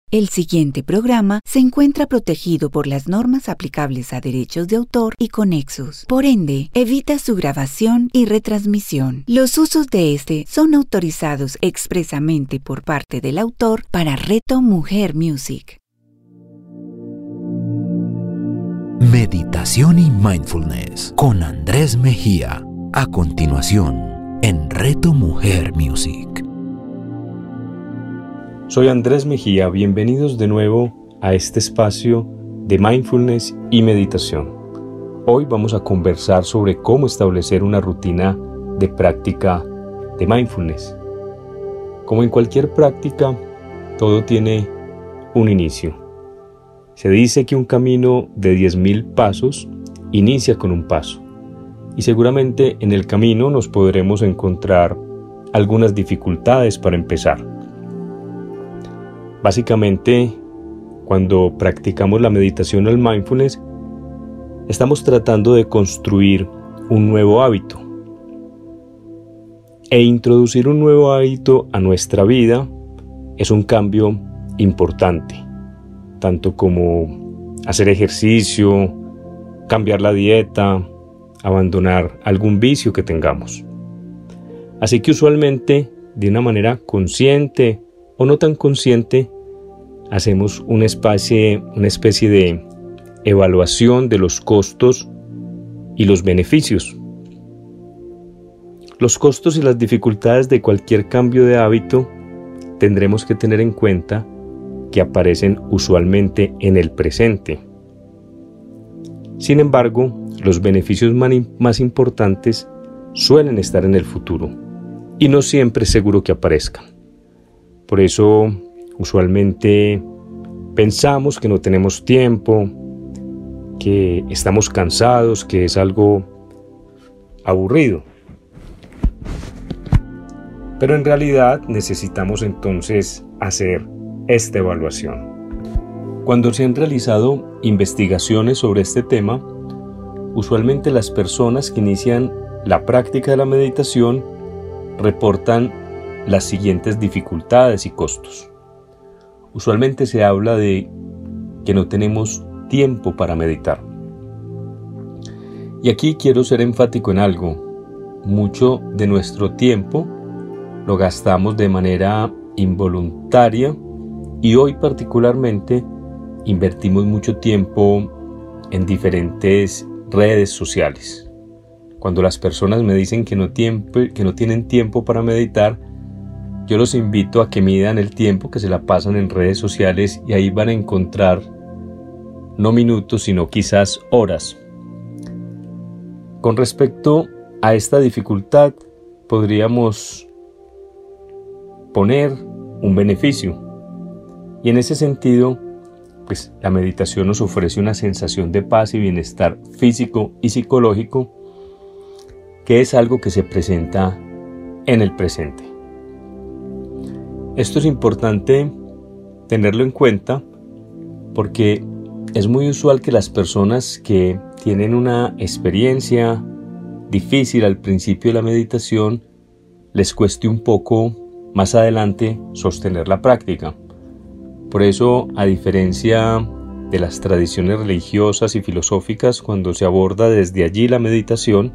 El siguiente programa se encuentra protegido por las normas aplicables a derechos de autor y conexos. Por ende, evita su grabación y retransmisión. Los usos de este son autorizados expresamente por parte del autor para Reto Mujer Music. Meditación y Mindfulness con Andrés Mejía. A continuación, en Reto Mujer Music. Soy Andrés Mejía, bienvenidos de nuevo a este espacio de Mindfulness y Meditación. Hoy vamos a conversar sobre cómo establecer una rutina de práctica de Mindfulness. Como en cualquier práctica, todo tiene un inicio. Se dice que un camino de 10.000 pasos inicia con un paso. Y seguramente en el camino nos podremos encontrar algunas dificultades para empezar. Básicamente, cuando practicamos la meditación o el mindfulness, estamos tratando de construir un nuevo hábito. E introducir un nuevo hábito a nuestra vida es un cambio importante, tanto como hacer ejercicio, cambiar la dieta, abandonar algún vicio que tengamos. Así que usualmente, de una manera consciente o no tan consciente, hacemos una especie de evaluación de los costos y los beneficios. Los costos y las dificultades de cualquier cambio de hábito tendremos que tener en cuenta que aparecen usualmente en el presente. Sin embargo, los beneficios más importantes suelen estar en el futuro y no siempre es seguro que aparezcan. Por eso, usualmente pensamos que no tenemos tiempo, que estamos cansados, que es algo aburrido. Pero en realidad necesitamos entonces hacer esta evaluación. Cuando se han realizado investigaciones sobre este tema, usualmente las personas que inician la práctica de la meditación reportan las siguientes dificultades y costos. Usualmente se habla de que no tenemos tiempo para meditar. Y aquí quiero ser enfático en algo. Mucho de nuestro tiempo lo gastamos de manera involuntaria y hoy particularmente invertimos mucho tiempo en diferentes redes sociales. Cuando las personas me dicen que no tienen tiempo para meditar, yo los invito a que midan el tiempo que se la pasan en redes sociales y ahí van a encontrar no minutos, sino quizás horas. Con respecto a esta dificultad, podríamos poner un beneficio. Y en ese sentido, pues la meditación nos ofrece una sensación de paz y bienestar físico y psicológico, que es algo que se presenta en el presente. Esto es importante tenerlo en cuenta porque es muy usual que las personas que tienen una experiencia difícil al principio de la meditación les cueste un poco más adelante sostener la práctica. Por eso, a diferencia de las tradiciones religiosas y filosóficas, cuando se aborda desde allí la meditación,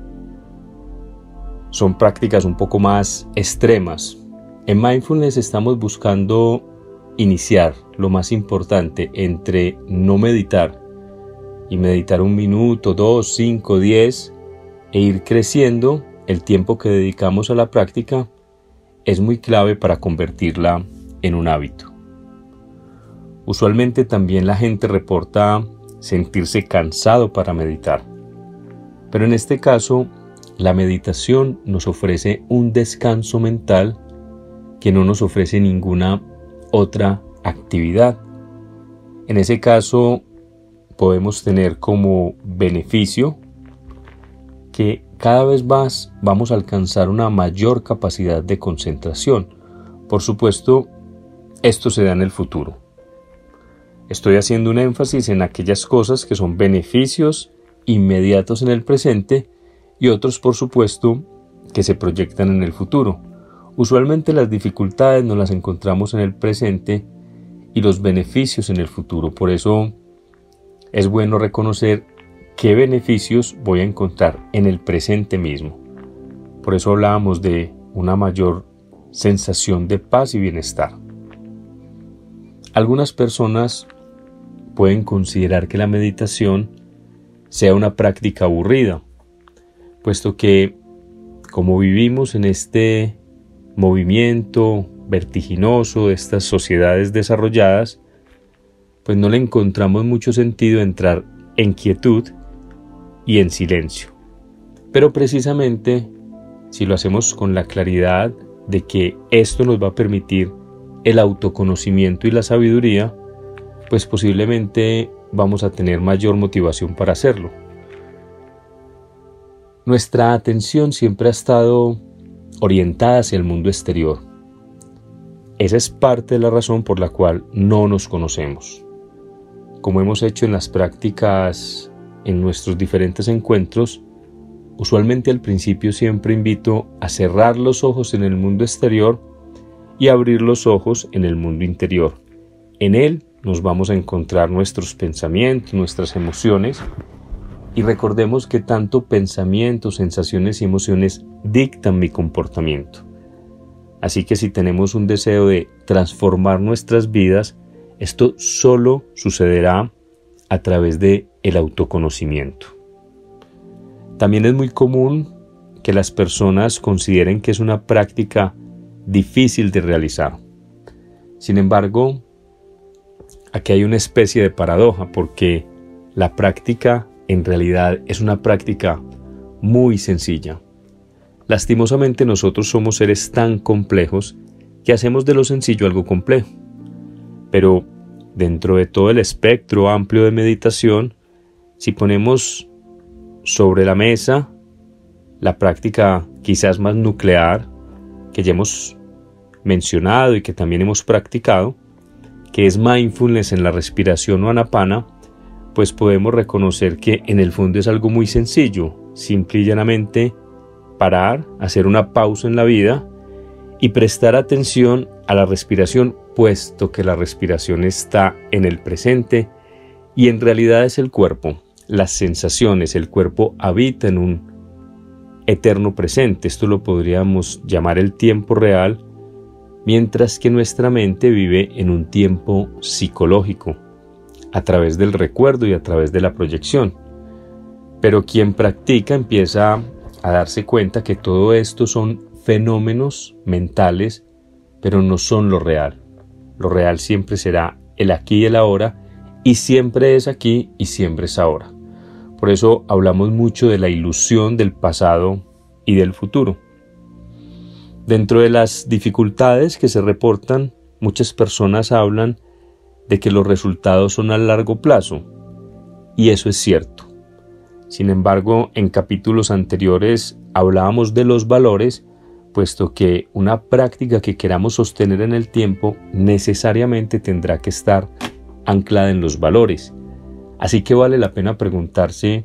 son prácticas un poco más extremas. En Mindfulness estamos buscando iniciar lo más importante entre no meditar y meditar 1 minuto, 2, 5, 10 e ir creciendo. El tiempo que dedicamos a la práctica es muy clave para convertirla en un hábito. Usualmente también la gente reporta sentirse cansado para meditar, pero en este caso la meditación nos ofrece un descanso mental que no nos ofrece ninguna otra actividad. En ese caso podemos tener como beneficio que cada vez más vamos a alcanzar una mayor capacidad de concentración. Por supuesto, esto se da en el futuro. Estoy haciendo un énfasis en aquellas cosas que son beneficios inmediatos en el presente y otros, por supuesto, que se proyectan en el futuro. Usualmente las dificultades nos las encontramos en el presente y los beneficios en el futuro. Por eso es bueno reconocer qué beneficios voy a encontrar en el presente mismo. Por eso hablábamos de una mayor sensación de paz y bienestar. Algunas personas pueden considerar que la meditación sea una práctica aburrida, puesto que como vivimos en este movimiento vertiginoso de estas sociedades desarrolladas, pues no le encontramos mucho sentido entrar en quietud y en silencio. Pero precisamente si lo hacemos con la claridad de que esto nos va a permitir el autoconocimiento y la sabiduría, pues posiblemente vamos a tener mayor motivación para hacerlo. Nuestra atención siempre ha estado orientada hacia el mundo exterior. Esa es parte de la razón por la cual no nos conocemos. Como hemos hecho en las prácticas, en nuestros diferentes encuentros, usualmente al principio siempre invito a cerrar los ojos en el mundo exterior y abrir los ojos en el mundo interior. En él nos vamos a encontrar nuestros pensamientos, nuestras emociones, y recordemos que tanto pensamientos, sensaciones y emociones dictan mi comportamiento. Así que si tenemos un deseo de transformar nuestras vidas, esto solo sucederá a través del autoconocimiento. También es muy común que las personas consideren que es una práctica difícil de realizar. Sin embargo, aquí hay una especie de paradoja, porque la práctica en realidad es una práctica muy sencilla. Lastimosamente nosotros somos seres tan complejos que hacemos de lo sencillo algo complejo. Pero dentro de todo el espectro amplio de meditación, si ponemos sobre la mesa la práctica quizás más nuclear que ya hemos mencionado y que también hemos practicado, que es mindfulness en la respiración o anapana, pues podemos reconocer que en el fondo es algo muy sencillo, simple y llanamente parar, hacer una pausa en la vida y prestar atención a la respiración, puesto que la respiración está en el presente y en realidad es el cuerpo, las sensaciones, el cuerpo habita en un eterno presente. Esto lo podríamos llamar el tiempo real, mientras que nuestra mente vive en un tiempo psicológico, a través del recuerdo y a través de la proyección. Pero quien practica empieza a darse cuenta que todo esto son fenómenos mentales, pero no son lo real. Lo real siempre será el aquí y el ahora, y siempre es aquí y siempre es ahora. Por eso hablamos mucho de la ilusión del pasado y del futuro. Dentro de las dificultades que se reportan, muchas personas hablan de que los resultados son a largo plazo, y eso es cierto. Sin embargo, en capítulos anteriores hablábamos de los valores, puesto que una práctica que queramos sostener en el tiempo necesariamente tendrá que estar anclada en los valores. Así que vale la pena preguntarse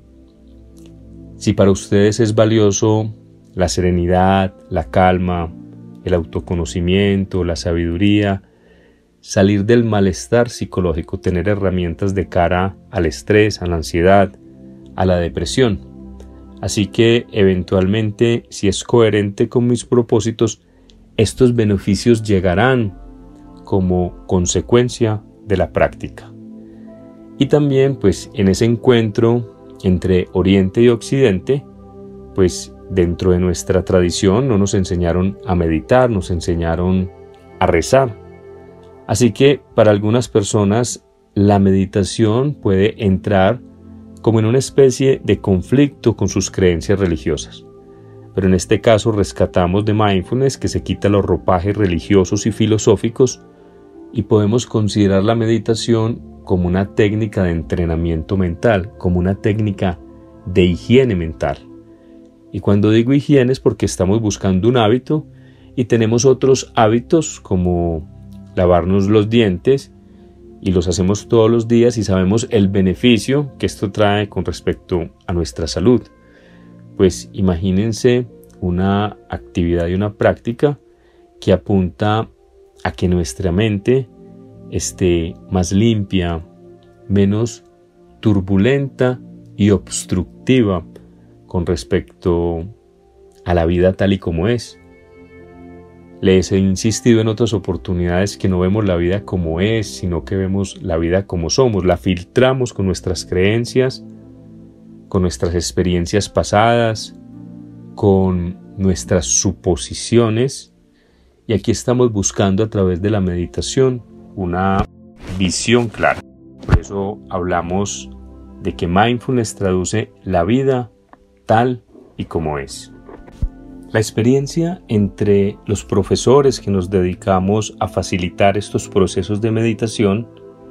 si para ustedes es valioso la serenidad, la calma, el autoconocimiento, la sabiduría, salir del malestar psicológico, tener herramientas de cara al estrés, a la ansiedad, a la depresión. Así que eventualmente, si es coherente con mis propósitos, estos beneficios llegarán como consecuencia de la práctica. Y también, pues, en ese encuentro entre Oriente y Occidente, pues dentro de nuestra tradición no nos enseñaron a meditar, nos enseñaron a rezar. Así que para algunas personas la meditación puede entrar como en una especie de conflicto con sus creencias religiosas. Pero en este caso rescatamos de mindfulness que se quita los ropajes religiosos y filosóficos y podemos considerar la meditación como una técnica de entrenamiento mental, como una técnica de higiene mental. Y cuando digo higiene es porque estamos buscando un hábito y tenemos otros hábitos como lavarnos los dientes y los hacemos todos los días y sabemos el beneficio que esto trae con respecto a nuestra salud. Pues imagínense una actividad y una práctica que apunta a que nuestra mente esté más limpia, menos turbulenta y obstructiva con respecto a la vida tal y como es. Les he insistido en otras oportunidades que no vemos la vida como es, sino que vemos la vida como somos. La filtramos con nuestras creencias, con nuestras experiencias pasadas, con nuestras suposiciones. Y aquí estamos buscando a través de la meditación una visión clara. Por eso hablamos de que mindfulness traduce la vida tal y como es. La experiencia entre los profesores que nos dedicamos a facilitar estos procesos de meditación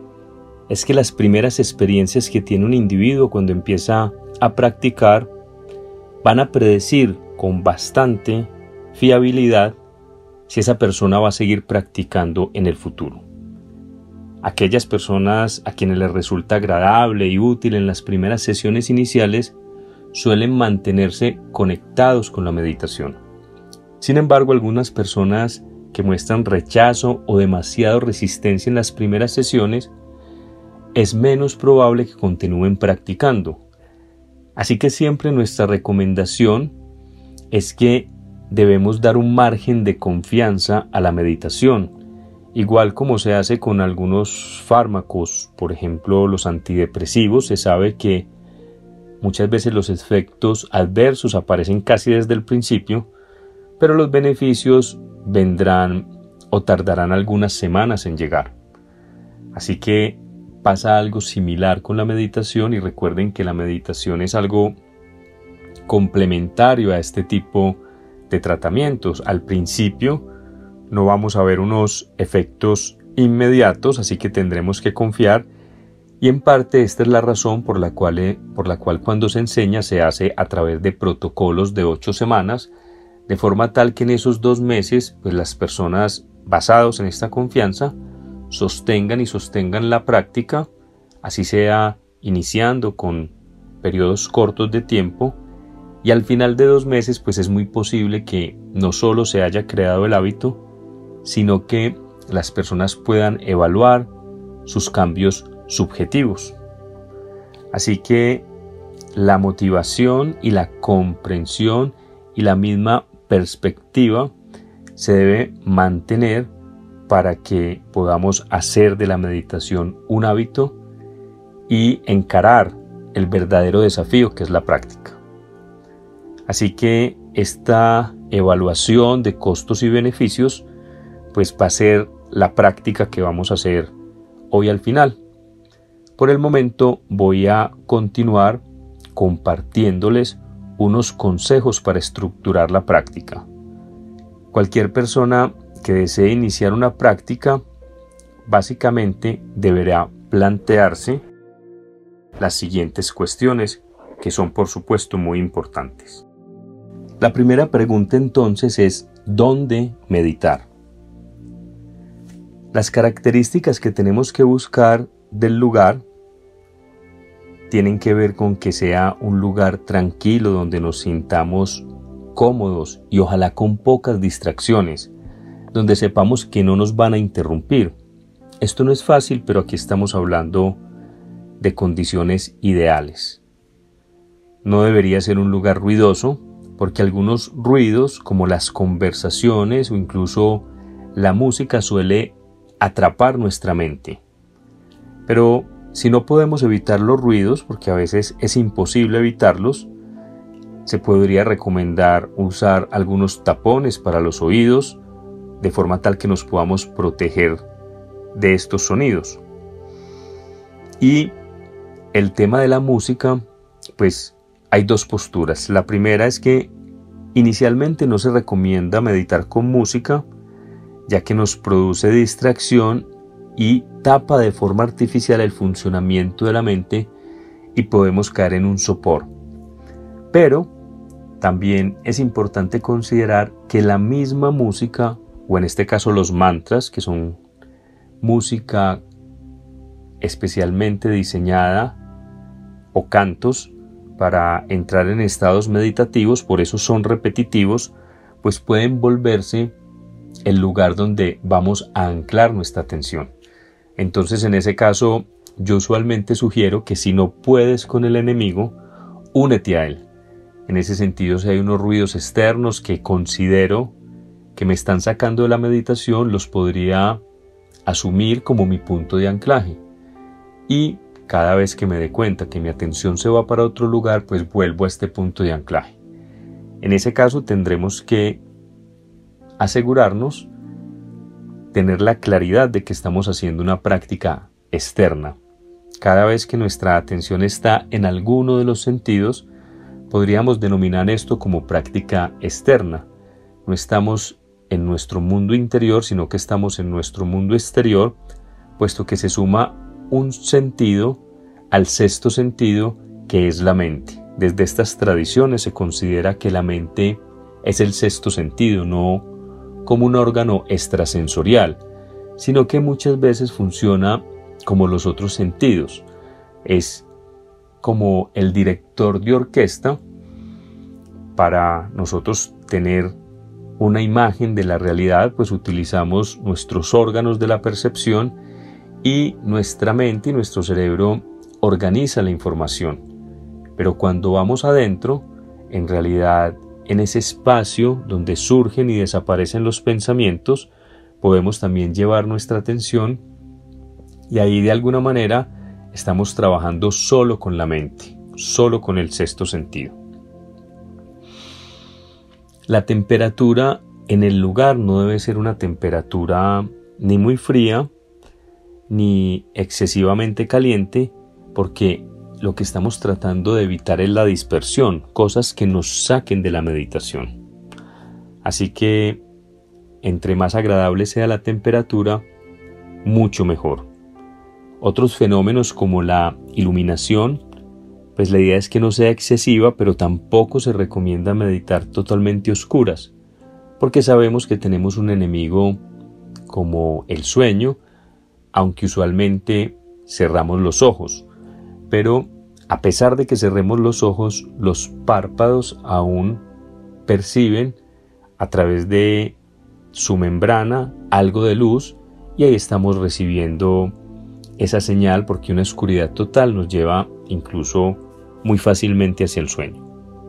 es que las primeras experiencias que tiene un individuo cuando empieza a practicar van a predecir con bastante fiabilidad si esa persona va a seguir practicando en el futuro. Aquellas personas a quienes les resulta agradable y útil en las primeras sesiones iniciales suelen mantenerse conectados con la meditación. Sin embargo, algunas personas que muestran rechazo o demasiada resistencia en las primeras sesiones, es menos probable que continúen practicando. Así que siempre nuestra recomendación es que debemos dar un margen de confianza a la meditación, igual como se hace con algunos fármacos, por ejemplo los antidepresivos. Se sabe que muchas veces los efectos adversos aparecen casi desde el principio, pero los beneficios vendrán o tardarán algunas semanas en llegar. Así que pasa algo similar con la meditación, y recuerden que la meditación es algo complementario a este tipo de tratamientos. Al principio no vamos a ver unos efectos inmediatos, así que tendremos que confiar, y en parte esta es la razón por la cual cuando se enseña se hace a través de protocolos de 8 semanas, de forma tal que en esos 2 meses pues las personas, basados en esta confianza, sostengan la práctica, así sea iniciando con periodos cortos de tiempo, y al final de 2 meses pues es muy posible que no solo se haya creado el hábito, sino que las personas puedan evaluar sus cambios subjetivos. Así que la motivación y la comprensión y la misma perspectiva se debe mantener para que podamos hacer de la meditación un hábito y encarar el verdadero desafío que es la práctica. Así que esta evaluación de costos y beneficios pues va a ser la práctica que vamos a hacer hoy al final. Por el momento voy a continuar compartiéndoles unos consejos para estructurar la práctica. Cualquier persona que desee iniciar una práctica básicamente deberá plantearse las siguientes cuestiones, que son por supuesto muy importantes. La primera pregunta entonces es ¿dónde meditar? Las características que tenemos que buscar del lugar tienen que ver con que sea un lugar tranquilo donde nos sintamos cómodos y ojalá con pocas distracciones, donde sepamos que no nos van a interrumpir. Esto no es fácil, pero aquí estamos hablando de condiciones ideales. No debería ser un lugar ruidoso, porque algunos ruidos, como las conversaciones o incluso la música, suele atrapar nuestra mente. Pero si no podemos evitar los ruidos, porque a veces es imposible evitarlos, se podría recomendar usar algunos tapones para los oídos, de forma tal que nos podamos proteger de estos sonidos. Y el tema de la música, pues hay 2 posturas. La primera es que inicialmente no se recomienda meditar con música, ya que nos produce distracción y tapa de forma artificial el funcionamiento de la mente y podemos caer en un sopor. Pero también es importante considerar que la misma música, o en este caso los mantras, que son música especialmente diseñada, o cantos para entrar en estados meditativos, por eso son repetitivos, pues pueden volverse el lugar donde vamos a anclar nuestra atención. Entonces en ese caso yo usualmente sugiero que si no puedes con el enemigo, únete a él. En ese sentido, si hay unos ruidos externos que considero que me están sacando de la meditación, los podría asumir como mi punto de anclaje. Y cada vez que me dé cuenta que mi atención se va para otro lugar, pues vuelvo a este punto de anclaje. En ese caso tendremos que asegurarnos, tener la claridad de que estamos haciendo una práctica externa. Cada vez que nuestra atención está en alguno de los sentidos, podríamos denominar esto como práctica externa. No estamos en nuestro mundo interior, sino que estamos en nuestro mundo exterior, puesto que se suma un sentido al sexto sentido, que es la mente. Desde estas tradiciones se considera que la mente es el sexto sentido, no como un órgano extrasensorial, sino que muchas veces funciona como los otros sentidos. Es como el director de orquesta. Para nosotros tener una imagen de la realidad, pues utilizamos nuestros órganos de la percepción y nuestra mente y nuestro cerebro organiza la información. Pero cuando vamos adentro, en realidad en ese espacio donde surgen y desaparecen los pensamientos, podemos también llevar nuestra atención y ahí de alguna manera estamos trabajando solo con la mente, solo con el sexto sentido. La temperatura en el lugar no debe ser una temperatura ni muy fría ni excesivamente caliente, porque lo que estamos tratando de evitar es la dispersión, cosas que nos saquen de la meditación. Así que entre más agradable sea la temperatura, mucho mejor. Otros fenómenos como la iluminación, pues la idea es que no sea excesiva, pero tampoco se recomienda meditar totalmente oscuras, porque sabemos que tenemos un enemigo como el sueño, aunque usualmente cerramos los ojos. Pero a pesar de que cerremos los ojos, los párpados aún perciben a través de su membrana algo de luz, y ahí estamos recibiendo esa señal, porque una oscuridad total nos lleva incluso muy fácilmente hacia el sueño.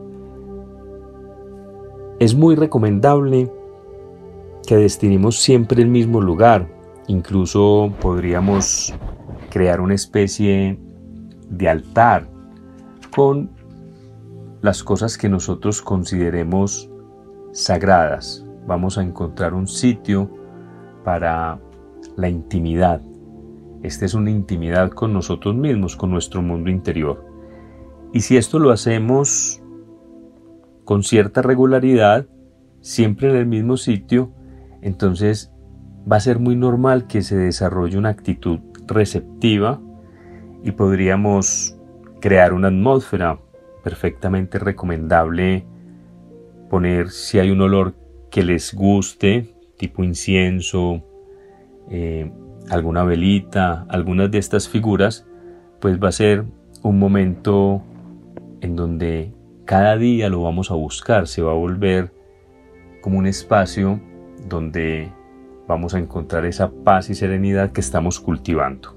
Es muy recomendable que destinemos siempre el mismo lugar. Incluso podríamos crear una especie de altar con las cosas que nosotros consideremos sagradas. Vamos a encontrar un sitio para la intimidad. Esta es una intimidad con nosotros mismos, con nuestro mundo interior. Y si esto lo hacemos con cierta regularidad, siempre en el mismo sitio, entonces va a ser muy normal que se desarrolle una actitud receptiva y podríamos crear una atmósfera perfectamente recomendable. Poner, si hay un olor que les guste, tipo incienso, alguna velita, algunas de estas figuras, pues va a ser un momento en donde cada día lo vamos a buscar. Se va a volver como un espacio donde vamos a encontrar esa paz y serenidad que estamos cultivando.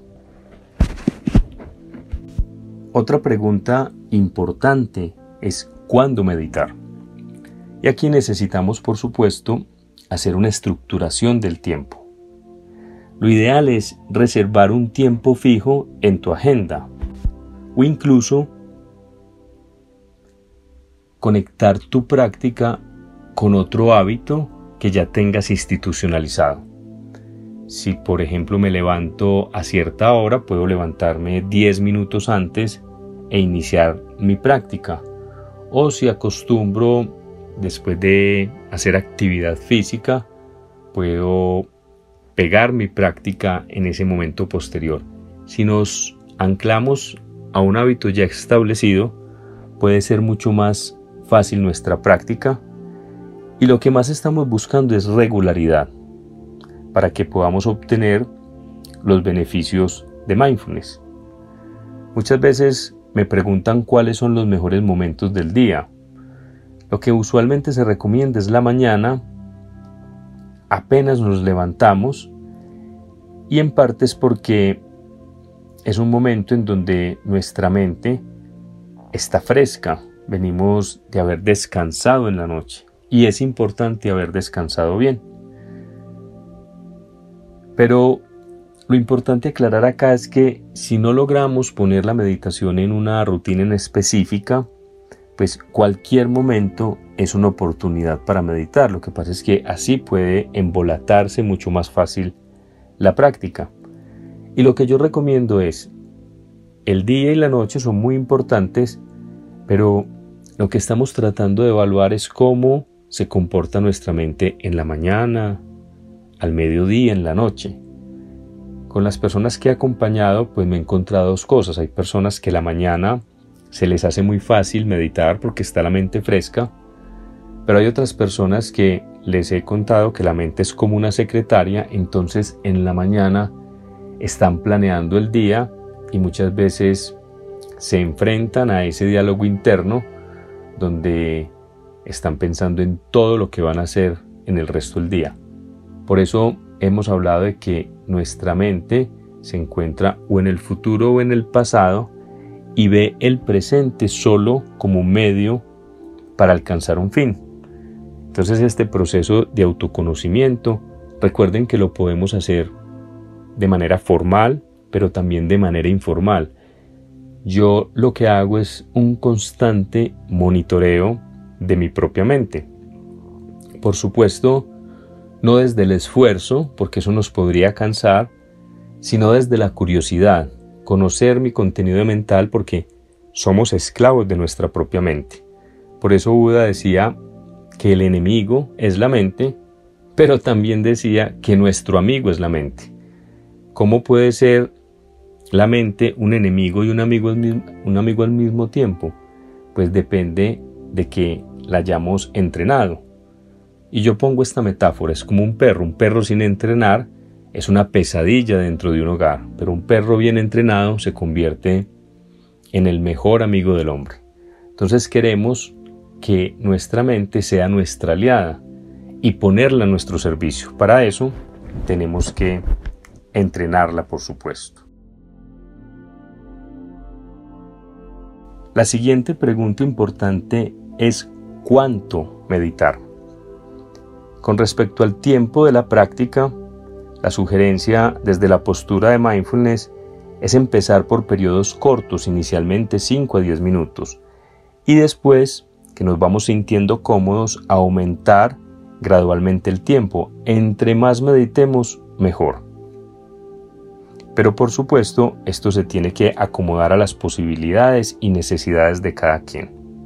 Otra pregunta importante es ¿cuándo meditar? Y aquí necesitamos, por supuesto, hacer una estructuración del tiempo. Lo ideal es reservar un tiempo fijo en tu agenda o incluso conectar tu práctica con otro hábito que ya tengas institucionalizado. Si por ejemplo me levanto a cierta hora, puedo levantarme 10 minutos antes e iniciar mi práctica. O si acostumbro después de hacer actividad física, puedo pegar mi práctica en ese momento posterior. Si nos anclamos a un hábito ya establecido, puede ser mucho más fácil nuestra práctica, y lo que más estamos buscando es regularidad para que podamos obtener los beneficios de mindfulness. Muchas veces me preguntan cuáles son los mejores momentos del día. Lo que usualmente se recomienda es la mañana, apenas nos levantamos, y en parte es porque es un momento en donde nuestra mente está fresca. Venimos de haber descansado en la noche y es importante haber descansado bien. Pero lo importante aclarar acá es que si no logramos poner la meditación en una rutina en específica, pues cualquier momento es una oportunidad para meditar. Lo que pasa es que así puede embolatarse mucho más fácil la práctica. Y lo que yo recomiendo es, el día y la noche son muy importantes, pero lo que estamos tratando de evaluar es cómo se comporta nuestra mente en la mañana, al mediodía, en la noche. Con las personas que he acompañado, pues me he encontrado dos cosas. Hay personas que la mañana se les hace muy fácil meditar porque está la mente fresca, pero hay otras personas que les he contado que la mente es como una secretaria, entonces en la mañana están planeando el día y muchas veces se enfrentan a ese diálogo interno donde están pensando en todo lo que van a hacer en el resto del día. Por eso hemos hablado de que nuestra mente se encuentra o en el futuro o en el pasado y ve el presente solo como un medio para alcanzar un fin. Entonces este proceso de autoconocimiento, recuerden que lo podemos hacer de manera formal, pero también de manera informal. Yo lo que hago es un constante monitoreo de mi propia mente. Por supuesto, no desde el esfuerzo, porque eso nos podría cansar, sino desde la curiosidad, conocer mi contenido mental porque somos esclavos de nuestra propia mente. Por eso Buda decía que el enemigo es la mente, pero también decía que nuestro amigo es la mente. ¿Cómo puede ser la mente un enemigo y un amigo al mismo tiempo? Pues depende de que la hayamos entrenado. Y yo pongo esta metáfora, es como un perro sin entrenar es una pesadilla dentro de un hogar, pero un perro bien entrenado se convierte en el mejor amigo del hombre. Entonces queremos que nuestra mente sea nuestra aliada y ponerla a nuestro servicio. Para eso tenemos que entrenarla, por supuesto. La siguiente pregunta importante es ¿cuánto meditar? Con respecto al tiempo de la práctica, la sugerencia desde la postura de mindfulness es empezar por periodos cortos, inicialmente 5 a 10 minutos, y después que nos vamos sintiendo cómodos, aumentar gradualmente el tiempo. Entre más meditemos, mejor. Pero por supuesto, esto se tiene que acomodar a las posibilidades y necesidades de cada quien.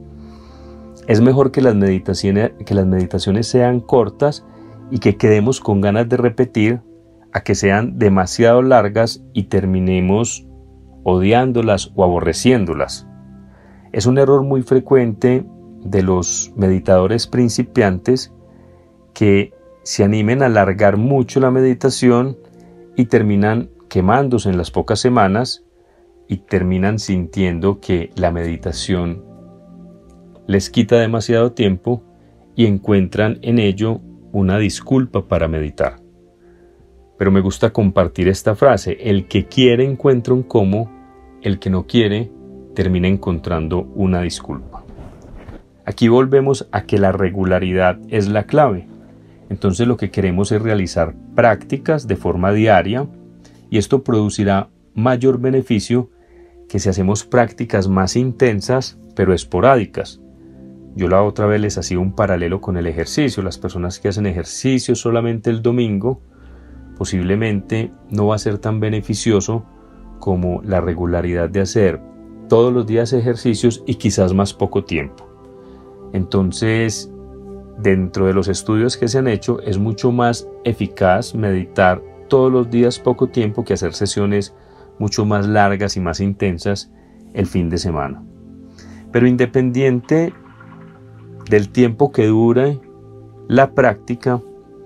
Es mejor que las meditaciones sean cortas y que quedemos con ganas de repetir a que sean demasiado largas y terminemos odiándolas o aborreciéndolas. Es un error muy frecuente de los meditadores principiantes que se animen a alargar mucho la meditación y terminan quemándose en las pocas semanas y terminan sintiendo que la meditación les quita demasiado tiempo y encuentran en ello una disculpa para meditar. Pero me gusta compartir esta frase: el que quiere encuentra un cómo, el que no quiere termina encontrando una disculpa. Aquí volvemos a que la regularidad es la clave. Entonces lo que queremos es realizar prácticas de forma diaria y esto producirá mayor beneficio que si hacemos prácticas más intensas pero esporádicas. Yo la otra vez les hacía un paralelo con el ejercicio. Las personas que hacen ejercicio solamente el domingo posiblemente no va a ser tan beneficioso como la regularidad de hacer todos los días ejercicios y quizás más poco tiempo. Entonces, dentro de los estudios que se han hecho, es mucho más eficaz meditar todos los días poco tiempo que hacer sesiones mucho más largas y más intensas el fin de semana. Pero independiente del tiempo que dure la práctica,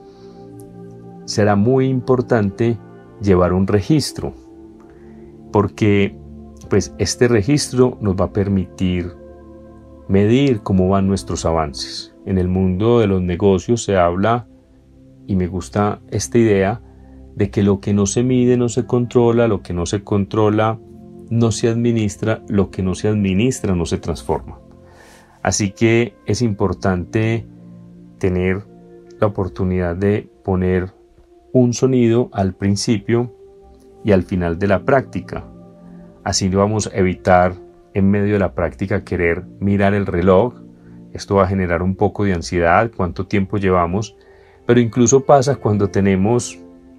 será muy importante llevar un registro, porque pues este registro nos va a permitir medir cómo van nuestros avances. En el mundo de los negocios se habla, y me gusta esta idea, de que lo que no se mide no se controla, lo que no se controla no se administra, lo que no se administra no se transforma. Así que es importante tener la oportunidad de poner un sonido al principio y al final de la práctica. Así vamos a evitar en medio de la práctica querer mirar el reloj. Esto va a generar un poco de ansiedad, cuánto tiempo llevamos, pero incluso pasa cuando tenemos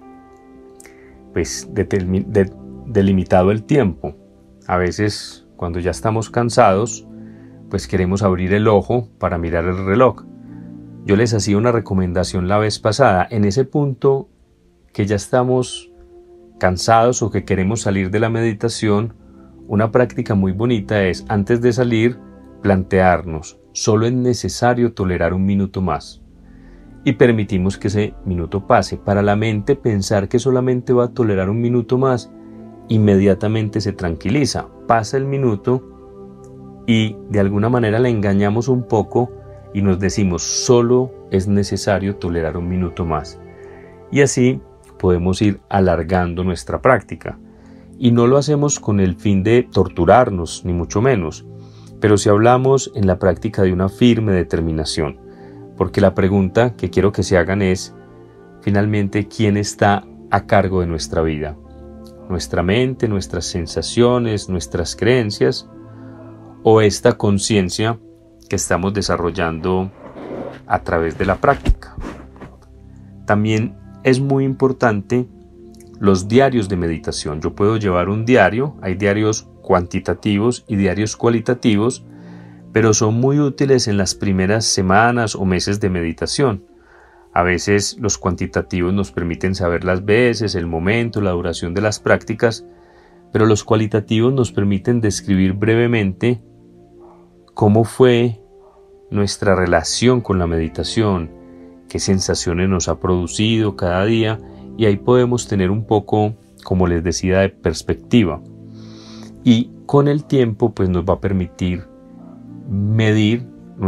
pues delimitado el tiempo. A veces cuando ya estamos cansados, pues queremos abrir el ojo para mirar el reloj. Yo les hacía una recomendación la vez pasada. En ese punto que ya estamos cansados o que queremos salir de la meditación, una práctica muy bonita es, antes de salir, plantearnos, solo es necesario tolerar un minuto más. Y permitimos que ese minuto pase. Para la mente, pensar que solamente va a tolerar un minuto más, inmediatamente se tranquiliza. Pasa el minuto y de alguna manera le engañamos un poco y nos decimos, solo es necesario tolerar un minuto más. Y así podemos ir alargando nuestra práctica. Y no lo hacemos con el fin de torturarnos, ni mucho menos. Pero si hablamos en la práctica de una firme determinación. Porque la pregunta que quiero que se hagan es, finalmente, ¿quién está a cargo de nuestra vida? ¿Nuestra mente, nuestras sensaciones, nuestras creencias? ¿O esta conciencia que estamos desarrollando a través de la práctica? También es muy importante los diarios de meditación. Yo puedo llevar un diario, hay diarios cuantitativos y diarios cualitativos, pero son muy útiles en las primeras semanas o meses de meditación. A veces los cuantitativos nos permiten saber las veces, el momento, la duración de las prácticas, pero los cualitativos nos permiten describir brevemente cómo fue nuestra relación con la meditación, qué sensaciones nos ha producido cada día, y ahí podemos tener un poco, como les decía, de perspectiva. Y con el tiempo pues nos va a permitir medir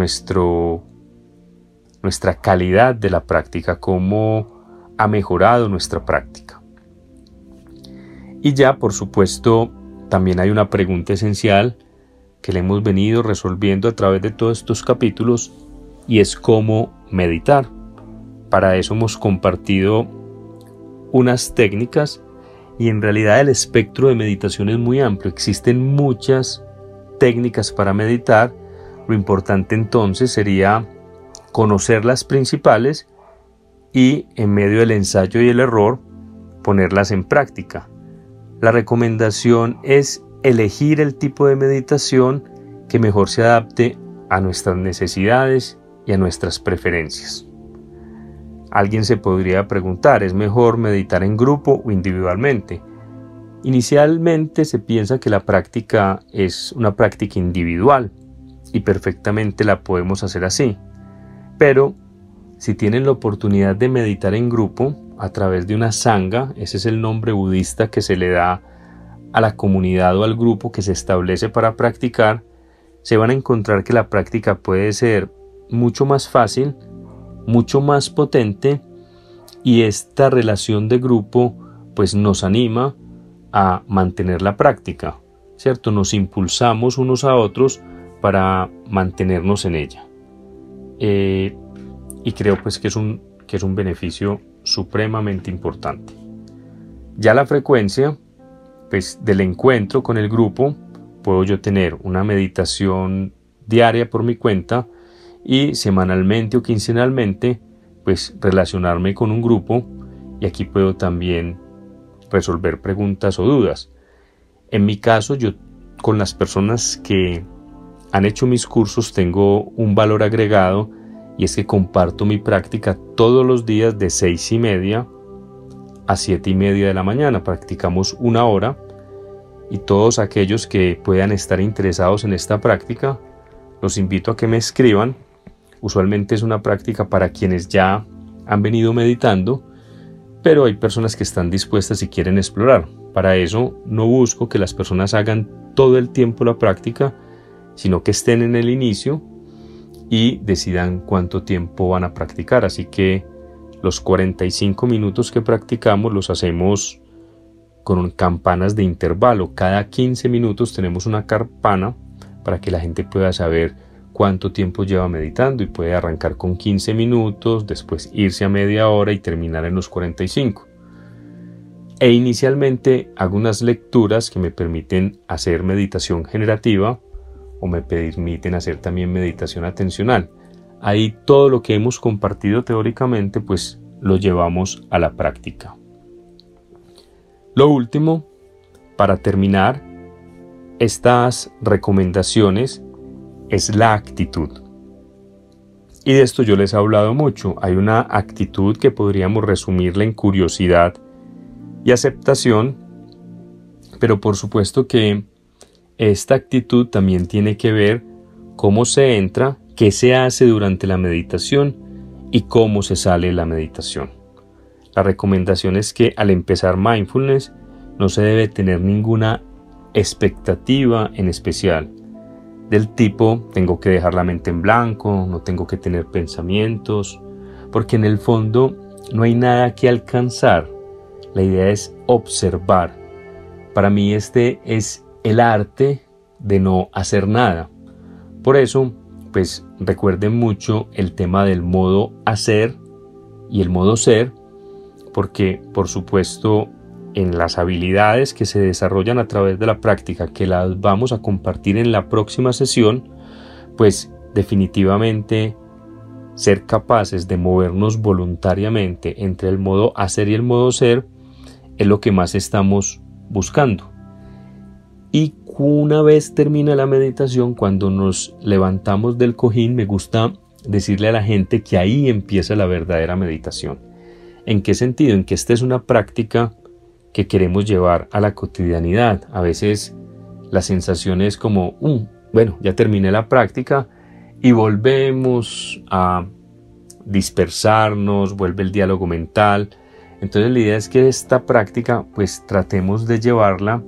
nuestra calidad de la práctica, cómo ha mejorado nuestra práctica. Y ya, por supuesto, también hay una pregunta esencial que le hemos venido resolviendo a través de todos estos capítulos, y es cómo meditar. Para eso hemos compartido unas técnicas, y en realidad el espectro de meditación es muy amplio. Existen muchas técnicas para meditar. Lo importante entonces sería conocer las principales y, en medio del ensayo y el error, ponerlas en práctica. La recomendación es elegir el tipo de meditación que mejor se adapte a nuestras necesidades y a nuestras preferencias. Alguien se podría preguntar, ¿es mejor meditar en grupo o individualmente? Inicialmente se piensa que la práctica es una práctica individual y perfectamente la podemos hacer así. Pero si tienen la oportunidad de meditar en grupo a través de una sangha, ese es el nombre budista que se le da a la comunidad o al grupo que se establece para practicar, se van a encontrar que la práctica puede ser mucho más fácil, mucho más potente, y esta relación de grupo pues nos anima a mantener la práctica, ¿cierto? Nos impulsamos unos a otros para mantenernos en ella. Y creo pues que es un beneficio supremamente importante. Ya la frecuencia pues del encuentro con el grupo, puedo yo tener una meditación diaria por mi cuenta y semanalmente o quincenalmente pues relacionarme con un grupo, y aquí puedo también resolver preguntas o dudas. En mi caso, yo con las personas que han hecho mis cursos tengo un valor agregado, y es que comparto mi práctica todos los días de 6:30 a 7:30 de la mañana. Practicamos 1 hora, y todos aquellos que puedan estar interesados en esta práctica, los invito a que me escriban. Usualmente es una práctica para quienes ya han venido meditando, pero hay personas que están dispuestas y quieren explorar. Para eso no busco que las personas hagan todo el tiempo la práctica, sino que estén en el inicio y decidan cuánto tiempo van a practicar. Así que Los 45 minutos que practicamos los hacemos con campanas de intervalo. Cada 15 minutos tenemos una campana para que la gente pueda saber cuánto tiempo lleva meditando y puede arrancar con 15 minutos, después irse a media hora y terminar en los 45. E inicialmente hago unas lecturas que me permiten hacer meditación generativa o me permiten hacer también meditación atencional. Ahí todo lo que hemos compartido teóricamente pues lo llevamos a la práctica. Lo último, para terminar estas recomendaciones, es la actitud. Y de esto yo les he hablado mucho. Hay una actitud que podríamos resumirla en curiosidad y aceptación, pero por supuesto que esta actitud también tiene que ver cómo se entra, qué se hace durante la meditación y cómo se sale de la meditación. La recomendación es que al empezar mindfulness no se debe tener ninguna expectativa en especial, del tipo tengo que dejar la mente en blanco, no tengo que tener pensamientos, porque en el fondo no hay nada que alcanzar. La idea es observar. Para mí este es el arte de no hacer nada. Por eso, pues recuerden mucho el tema del modo hacer y el modo ser, porque por supuesto en las habilidades que se desarrollan a través de la práctica, que las vamos a compartir en la próxima sesión, pues definitivamente ser capaces de movernos voluntariamente entre el modo hacer y el modo ser es lo que más estamos buscando. Y una vez termina la meditación, cuando nos levantamos del cojín, me gusta decirle a la gente que ahí empieza la verdadera meditación. ¿En qué sentido? En que esta es una práctica que queremos llevar a la cotidianidad. A veces la sensación es como, bueno, ya terminé la práctica y volvemos a dispersarnos, vuelve el diálogo mental. Entonces la idea es que esta práctica pues tratemos de llevarla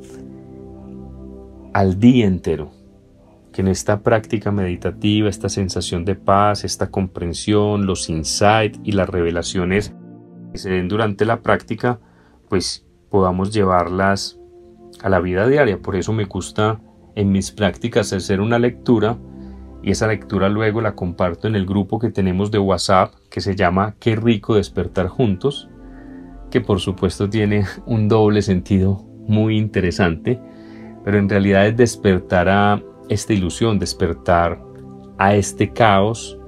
al día entero, que en esta práctica meditativa, esta sensación de paz, esta comprensión, los insights y las revelaciones que se den durante la práctica, pues podamos llevarlas a la vida diaria. Por eso me gusta en mis prácticas hacer una lectura y esa lectura luego la comparto en el grupo que tenemos de WhatsApp que se llama Qué rico despertar juntos, que por supuesto tiene un doble sentido muy interesante, pero en realidad es despertar a esta ilusión, despertar a este caos,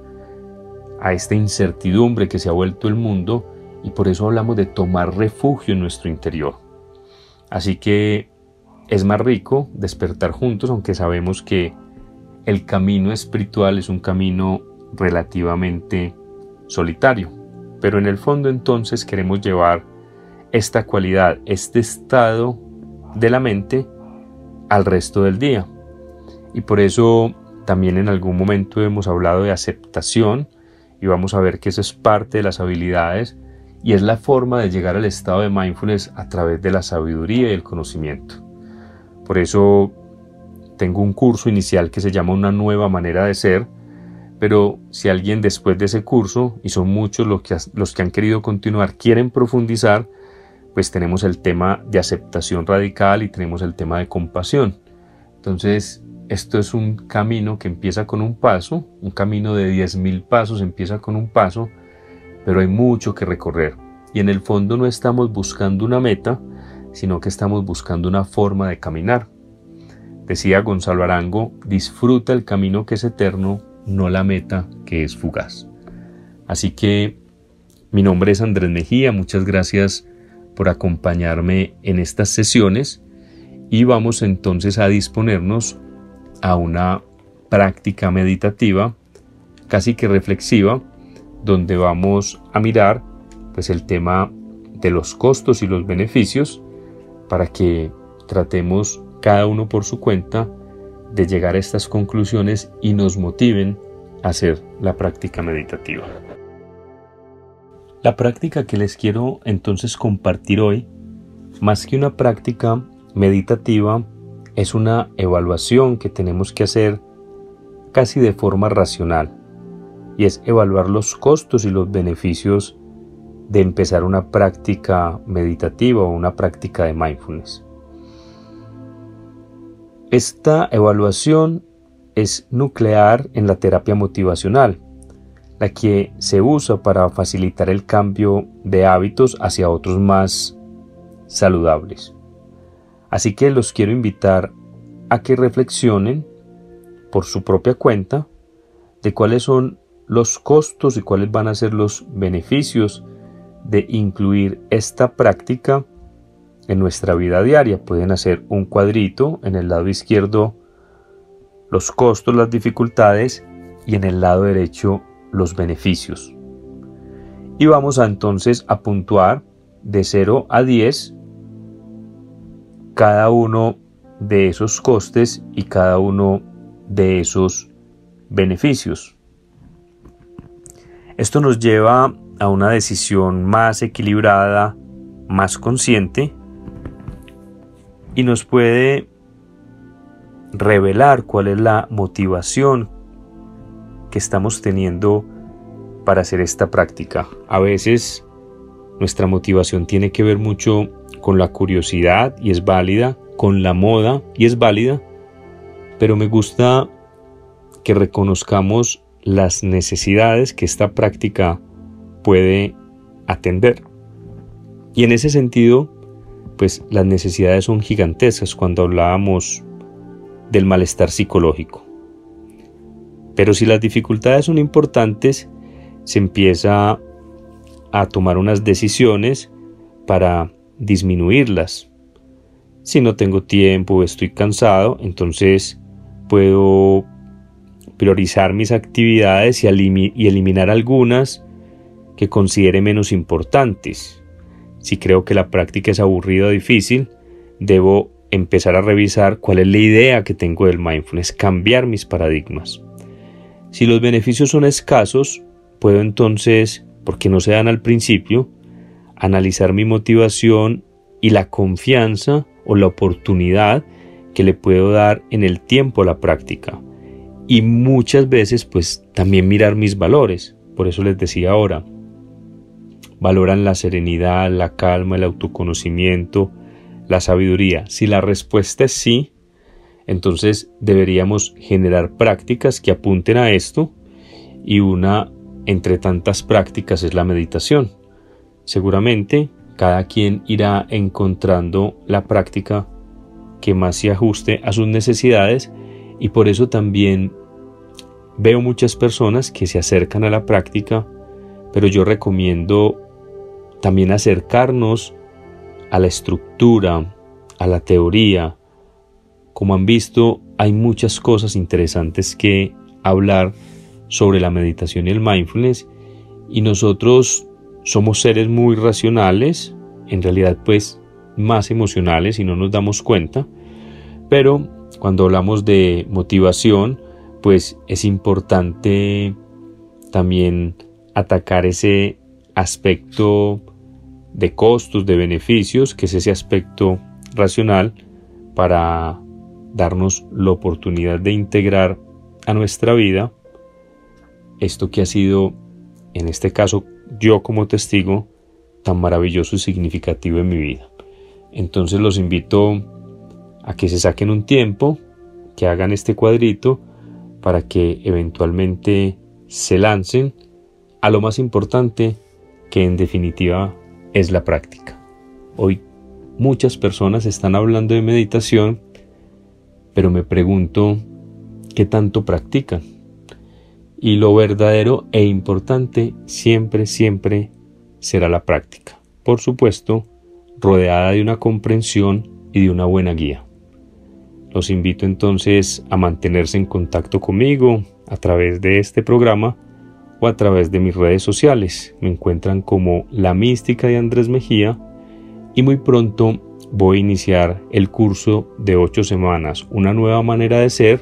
a esta incertidumbre que se ha vuelto el mundo, y por eso hablamos de tomar refugio en nuestro interior. Así que es más rico despertar juntos, aunque sabemos que el camino espiritual es un camino relativamente solitario, pero en el fondo entonces queremos llevar esta cualidad, este estado de la mente al resto del día. Y por eso también en algún momento hemos hablado de aceptación y vamos a ver que eso es parte de las habilidades y es la forma de llegar al estado de mindfulness a través de la sabiduría y el conocimiento. Por eso tengo un curso inicial que se llama Una nueva manera de ser, pero si alguien después de ese curso, y son muchos los que han querido continuar, quieren profundizar, pues tenemos el tema de aceptación radical y tenemos el tema de compasión. Entonces esto es un camino que empieza con un paso, un camino de 10.000 pasos empieza con un paso, pero hay mucho que recorrer y en el fondo no estamos buscando una meta, sino que estamos buscando una forma de caminar. Decía Gonzalo Arango, disfruta el camino que es eterno, no la meta que es fugaz. Así que mi nombre es Andrés Mejía, muchas gracias por acompañarme en estas sesiones y vamos entonces a disponernos a una práctica meditativa casi que reflexiva, donde vamos a mirar pues el tema de los costos y los beneficios para que tratemos cada uno por su cuenta de llegar a estas conclusiones y nos motiven a hacer la práctica meditativa. La práctica que les quiero entonces compartir hoy, más que una práctica meditativa, es una evaluación que tenemos que hacer casi de forma racional, y es evaluar los costos y los beneficios de empezar una práctica meditativa o una práctica de mindfulness. Esta evaluación es nuclear en la terapia motivacional, la que se usa para facilitar el cambio de hábitos hacia otros más saludables. Así que los quiero invitar a que reflexionen por su propia cuenta de cuáles son los costos y cuáles van a ser los beneficios de incluir esta práctica en nuestra vida diaria. Pueden hacer un cuadrito en el lado izquierdo los costos, las dificultades, y en el lado derecho los beneficios. Y vamos entonces a puntuar de 0 a 10 cada uno de esos costes y cada uno de esos beneficios. Esto nos lleva a una decisión más equilibrada, más consciente, y nos puede revelar cuál es la motivación que estamos teniendo para hacer esta práctica. A veces nuestra motivación tiene que ver mucho con la curiosidad y es válida, con la moda y es válida, pero me gusta que reconozcamos las necesidades que esta práctica puede atender. Y en ese sentido, pues las necesidades son gigantescas cuando hablábamos del malestar psicológico. Pero si las dificultades son importantes, se empieza a tomar unas decisiones para disminuirlas. Si no tengo tiempo o estoy cansado, entonces puedo priorizar mis actividades y eliminar algunas que considere menos importantes. Si creo que la práctica es aburrida o difícil, debo empezar a revisar cuál es la idea que tengo del mindfulness, cambiar mis paradigmas. Si los beneficios son escasos, puedo entonces, porque no se dan al principio, analizar mi motivación y la confianza o la oportunidad que le puedo dar en el tiempo a la práctica. Y muchas veces pues también mirar mis valores. Por eso les decía ahora, valoran la serenidad, la calma, el autoconocimiento, la sabiduría. Si la respuesta es sí, entonces deberíamos generar prácticas que apunten a esto, y una entre tantas prácticas es la meditación. Seguramente cada quien irá encontrando la práctica que más se ajuste a sus necesidades, y por eso también veo muchas personas que se acercan a la práctica, pero yo recomiendo también acercarnos a la estructura, a la teoría. Como han visto, hay muchas cosas interesantes que hablar sobre la meditación y el mindfulness, y nosotros somos seres muy racionales, en realidad pues más emocionales y no nos damos cuenta, pero cuando hablamos de motivación, pues es importante también atacar ese aspecto de costos, de beneficios, que es ese aspecto racional, para darnos la oportunidad de integrar a nuestra vida esto que ha sido, en este caso yo como testigo, tan maravilloso y significativo en mi vida. Entonces los invito a que se saquen un tiempo, que hagan este cuadrito, para que eventualmente se lancen a lo más importante, que en definitiva es la práctica. Hoy muchas personas están hablando de meditación, pero me pregunto qué tanto practican. Y lo verdadero e importante siempre será la práctica. Por supuesto, rodeada de una comprensión y de una buena guía. Los invito entonces a mantenerse en contacto conmigo a través de este programa o a través de mis redes sociales. Me encuentran como La Mística de Andrés Mejía, y muy pronto voy a iniciar el curso de 8 semanas, una nueva manera de ser,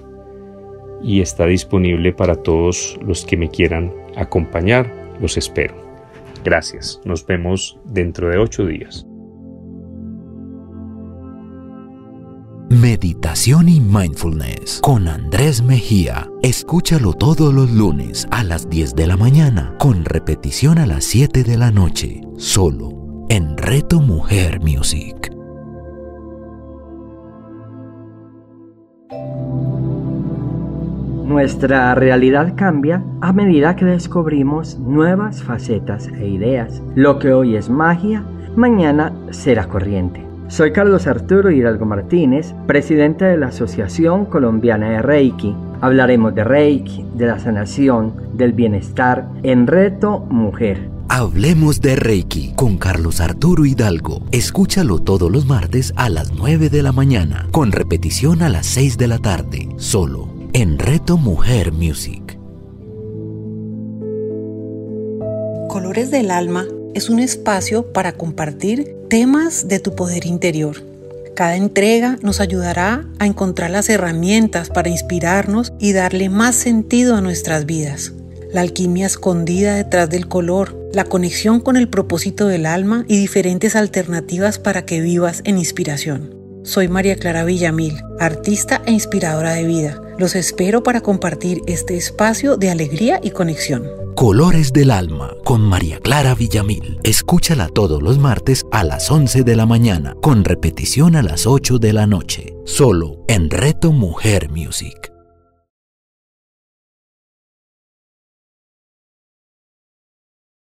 y está disponible para todos los que me quieran acompañar. Los espero. Gracias. Nos vemos dentro de 8 días. Meditación y Mindfulness con Andrés Mejía. Escúchalo todos los lunes a las 10 de la mañana, con repetición a las 7 de la noche, solo en Reto Mujer Music. Nuestra realidad cambia a medida que descubrimos nuevas facetas e ideas. Lo que hoy es magia, mañana será corriente. Soy Carlos Arturo Hidalgo Martínez, presidente de la Asociación Colombiana de Reiki. Hablaremos de Reiki, de la sanación, del bienestar en Reto Mujer. Hablemos de Reiki con Carlos Arturo Hidalgo. Escúchalo todos los martes a las 9 de la mañana, con repetición a las 6 de la tarde, solo en Reto Mujer Music. Colores del Alma es un espacio para compartir temas de tu poder interior. Cada entrega nos ayudará a encontrar las herramientas para inspirarnos y darle más sentido a nuestras vidas. La alquimia escondida detrás del color, la conexión con el propósito del alma y diferentes alternativas para que vivas en inspiración. Soy María Clara Villamil, artista e inspiradora de vida. Los espero para compartir este espacio de alegría y conexión. Colores del Alma con María Clara Villamil. Escúchala todos los martes a las 11 de la mañana, con repetición a las 8 de la noche, solo en Reto Mujer Music.